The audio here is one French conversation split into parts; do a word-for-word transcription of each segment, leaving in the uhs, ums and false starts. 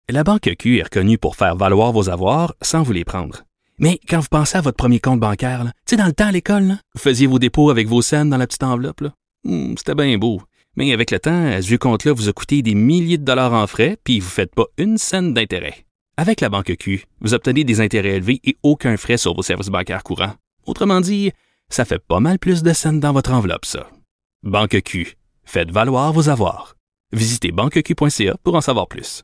La Banque Q est reconnue pour faire valoir vos avoirs sans vous les prendre. Mais quand vous pensez à votre premier compte bancaire, tu sais, dans le temps à l'école, là, vous faisiez vos dépôts avec vos scènes dans la petite enveloppe. Là. Hum, c'était bien beau. Mais avec le temps, ce vieux compte-là vous a coûté des milliers de dollars en frais, puis vous ne faites pas une scène d'intérêt. Avec la Banque Q, vous obtenez des intérêts élevés et aucun frais sur vos services bancaires courants. Autrement dit, ça fait pas mal plus de scènes dans votre enveloppe, ça. Banque Q. Faites valoir vos avoirs. Visitez banque q point c a pour en savoir plus.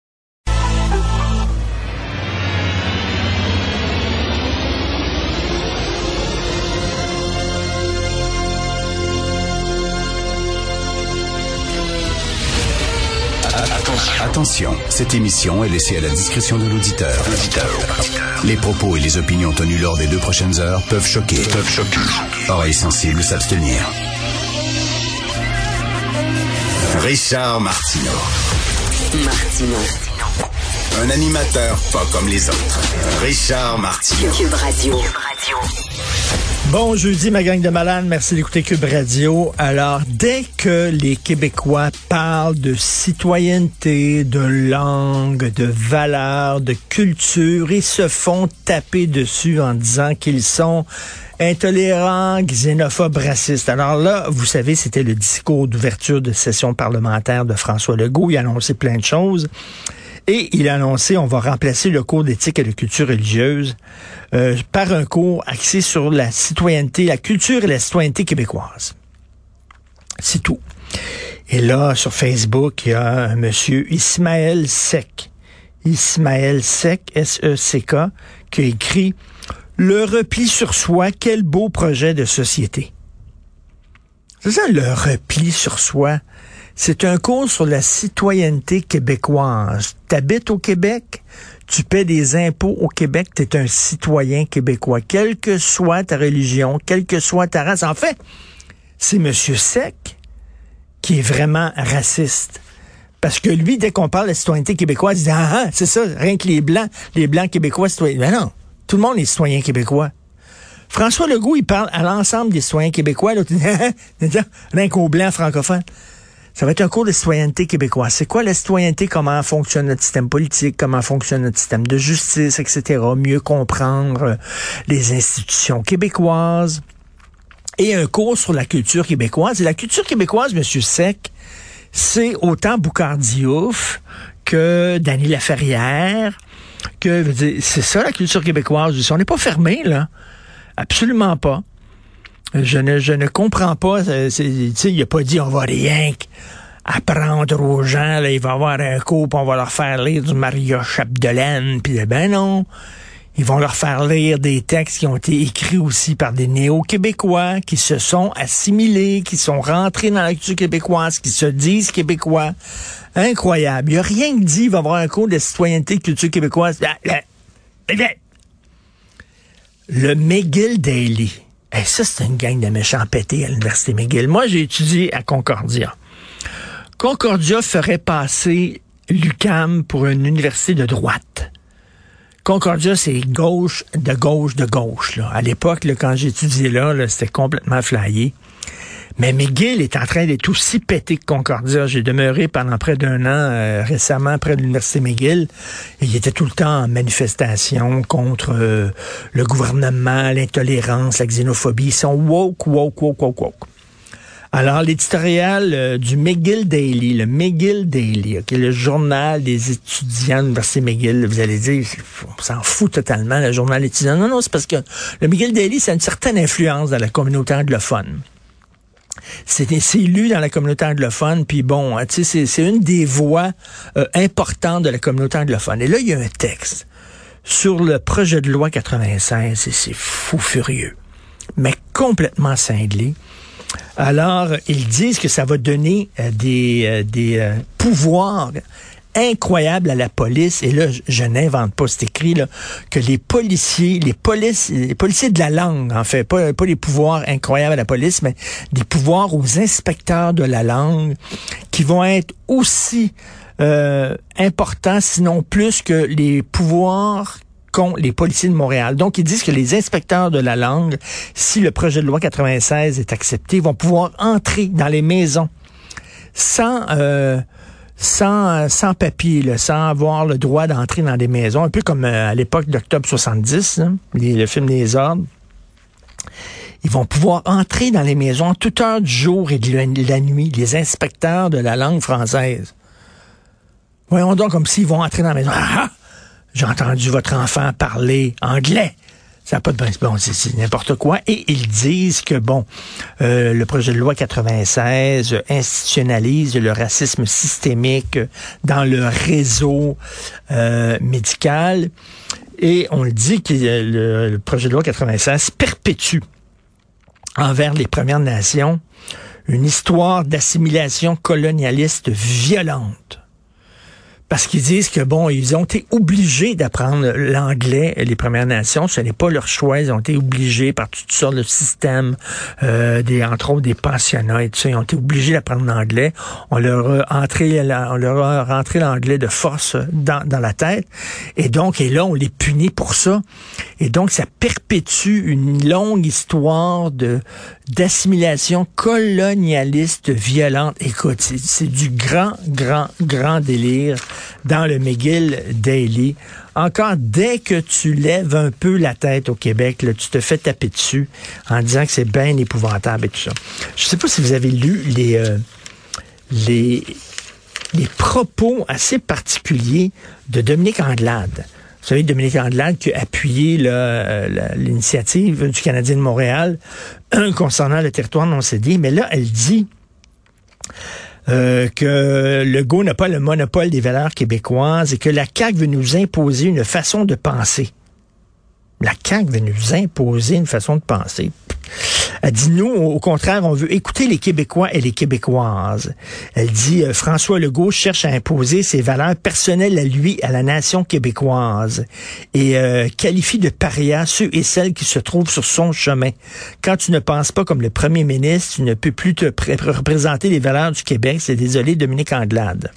Attention, cette émission est laissée à la discrétion de l'auditeur. Les propos et les opinions tenues lors des deux prochaines heures peuvent choquer. Peuvent choquer. Oreilles sensibles s'abstenir. Richard Martineau. Martineau. Un animateur pas comme les autres. Richard Martineau. Cube Radio. Bon jeudi, ma gang de malades. Merci d'écouter Cube Radio. Alors, dès que les Québécois parlent de citoyenneté, de langue, de valeurs, de culture, ils se font taper dessus en disant qu'ils sont intolérants, xénophobes, racistes. Alors là, vous savez, c'était le discours d'ouverture de session parlementaire de François Legault. Il a annoncé plein de choses. Et il a annoncé, on va remplacer le cours d'éthique et de culture religieuse euh, par un cours axé sur la citoyenneté, la culture et la citoyenneté québécoise. C'est tout. Et là, sur Facebook, il y a un monsieur Ismaël Sec. Ismaël Sec, S E C K, qui a écrit « Le repli sur soi, quel beau projet de société ». C'est ça, le repli sur soi. C'est un cours sur la citoyenneté québécoise. T'habites au Québec, tu paies des impôts au Québec, t'es un citoyen québécois. Quelle que soit ta religion, quelle que soit ta race. En fait, c'est M. Sec qui est vraiment raciste. Parce que lui, dès qu'on parle de la citoyenneté québécoise, il dit « Ah, ah, c'est ça, rien que les Blancs, les Blancs québécois, citoyens. » Mais non, tout le monde est citoyen québécois. François Legault, il parle à l'ensemble des citoyens québécois. L'autre, rien qu'aux Blancs francophones. Ça va être un cours de citoyenneté québécoise. C'est quoi la citoyenneté? Comment fonctionne notre système politique? Comment fonctionne notre système de justice, et cetera. Mieux comprendre les institutions québécoises. Et un cours sur la culture québécoise. Et la culture québécoise, M. Sec, c'est autant Boucard Diouf que Dany Laferrière, que, c'est ça la culture québécoise. On n'est pas fermé, là. Absolument pas. Je ne, je ne comprends pas. Il n'a pas dit on va rien apprendre aux gens. Là, il va y avoir un cours, puis on va leur faire lire du Maria Chapdelaine. Puis ben non. Ils vont leur faire lire des textes qui ont été écrits aussi par des néo-québécois, qui se sont assimilés, qui sont rentrés dans la culture québécoise, qui se disent québécois. Incroyable. Il n'y a rien que dit il va y avoir un cours de citoyenneté de culture québécoise. Le McGill Daily. Hey, ça, c'est une gang de méchants pétés à l'Université McGill. Moi, j'ai étudié à Concordia. Concordia ferait passer l'U Q A M pour une université de droite. Concordia, c'est gauche, de gauche, de gauche. Là. À l'époque, là, quand j'ai étudié là, là, c'était complètement flyé. Mais McGill est en train d'être aussi pété que Concordia. J'ai demeuré pendant près d'un an euh, récemment près de l'Université McGill. Et il était tout le temps en manifestation contre euh, le gouvernement, l'intolérance, la xénophobie. Ils sont woke, woke, woke, woke, woke. Alors, l'éditorial euh, du McGill Daily, le McGill Daily, okay, le journal des étudiants de l'Université McGill, vous allez dire, on s'en fout totalement, le journal étudiant. Non, non, c'est parce que le McGill Daily, ça a une certaine influence dans la communauté anglophone. C'est, c'est lu dans la communauté anglophone, puis bon, tu sais, c'est, c'est une des voix euh, importantes de la communauté anglophone. Et là, il y a un texte sur le projet de loi quatre-vingt-seize, et c'est fou furieux, mais complètement cinglé. Alors, ils disent que ça va donner euh, des, euh, des euh, pouvoirs incroyables à la police. Et là, je, je n'invente pas, c'est écrit là, que les policiers, les polices, les policiers de la langue, en fait, pas, pas les pouvoirs incroyables à la police, mais des pouvoirs aux inspecteurs de la langue qui vont être aussi euh, importants, sinon plus que les pouvoirs qu'ont les policiers de Montréal. Donc, ils disent que les inspecteurs de la langue, si le projet de loi quatre-vingt-seize est accepté, vont pouvoir entrer dans les maisons sans... Euh, sans, sans papier, là, sans avoir le droit d'entrer dans des maisons, un peu comme euh, à l'époque d'octobre soixante-dix, là, les, le film Les Ordres. Ils vont pouvoir entrer dans les maisons en toute heure du jour et de la, de la nuit, les inspecteurs de la langue française. Voyons donc comme s'ils vont entrer dans la maison. Ah, ah, j'ai entendu votre enfant parler anglais. Ça n'a pas de bon, c'est, c'est n'importe quoi. Et ils disent que, bon, euh, le projet de loi quatre-vingt-seize institutionnalise le racisme systémique dans le réseau euh, médical. Et on le dit que le, le projet de loi quatre-vingt-seize perpétue envers les Premières Nations une histoire d'assimilation colonialiste violente. Parce qu'ils disent que, bon, ils ont été obligés d'apprendre l'anglais, les Premières Nations. Ce n'est pas leur choix. Ils ont été obligés par toutes sortes de systèmes, euh, des, entre autres des pensionnats et tout ça. Ils ont été obligés d'apprendre l'anglais. On leur a entré, on leur a rentré l'anglais de force dans, dans la tête. Et donc, et là, on les punit pour ça. Et donc, ça perpétue une longue histoire de, d'assimilation colonialiste violente. Écoute, c'est, c'est du grand, grand, grand délire dans le McGill Daily. Encore, dès que tu lèves un peu la tête au Québec, là, tu te fais taper dessus en disant que c'est bien épouvantable et tout ça. Je ne sais pas si vous avez lu les, euh, les, les propos assez particuliers de Dominique Anglade. Vous savez, Dominique Anglade qui a appuyé là, la, l'initiative du Canadien de Montréal concernant le territoire non cédé. Mais là, elle dit Euh, que Legault n'a pas le monopole des valeurs québécoises et que la C A Q veut nous imposer une façon de penser. La C A Q veut nous imposer une façon de penser. Elle dit, nous, au contraire, on veut écouter les Québécois et les Québécoises. Elle dit, euh, François Legault cherche à imposer ses valeurs personnelles à lui, à la nation québécoise, et euh, qualifie de parias ceux et celles qui se trouvent sur son chemin. Quand tu ne penses pas comme le premier ministre, tu ne peux plus te pr- représenter les valeurs du Québec. C'est désolé, Dominique Anglade.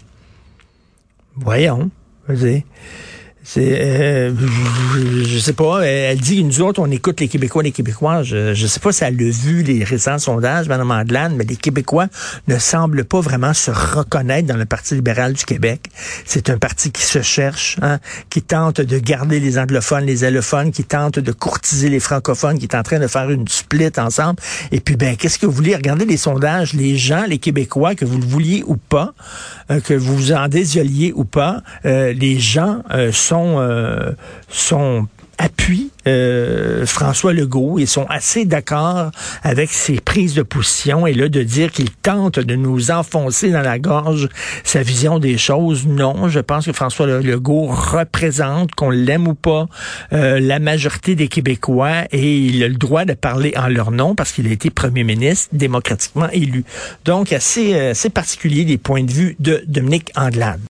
Voyons. Vas-y. C'est, euh, je, je sais pas, elle dit que nous autres, on écoute les Québécois et les Québécois. Je, je sais pas si elle a vu les récents sondages, Mme Anglade, mais les Québécois ne semblent pas vraiment se reconnaître dans le Parti libéral du Québec. C'est un parti qui se cherche, hein, qui tente de garder les anglophones, les allophones, qui tente de courtiser les francophones, qui est en train de faire une split ensemble. Et puis, ben, qu'est-ce que vous voulez? Regardez les sondages, les gens, les Québécois, que vous le vouliez ou pas, euh, que vous vous en désoliez ou pas, euh, les gens euh, sont Euh, sont appuient euh, François Legault et sont assez d'accord avec ses prises de position. Et là, de dire qu'il tente de nous enfoncer dans la gorge sa vision des choses, non. Je pense que François Legault représente, qu'on l'aime ou pas, euh, la majorité des Québécois et il a le droit de parler en leur nom parce qu'il a été premier ministre démocratiquement élu. Donc, assez, assez particulier des points de vue de Dominique Anglade.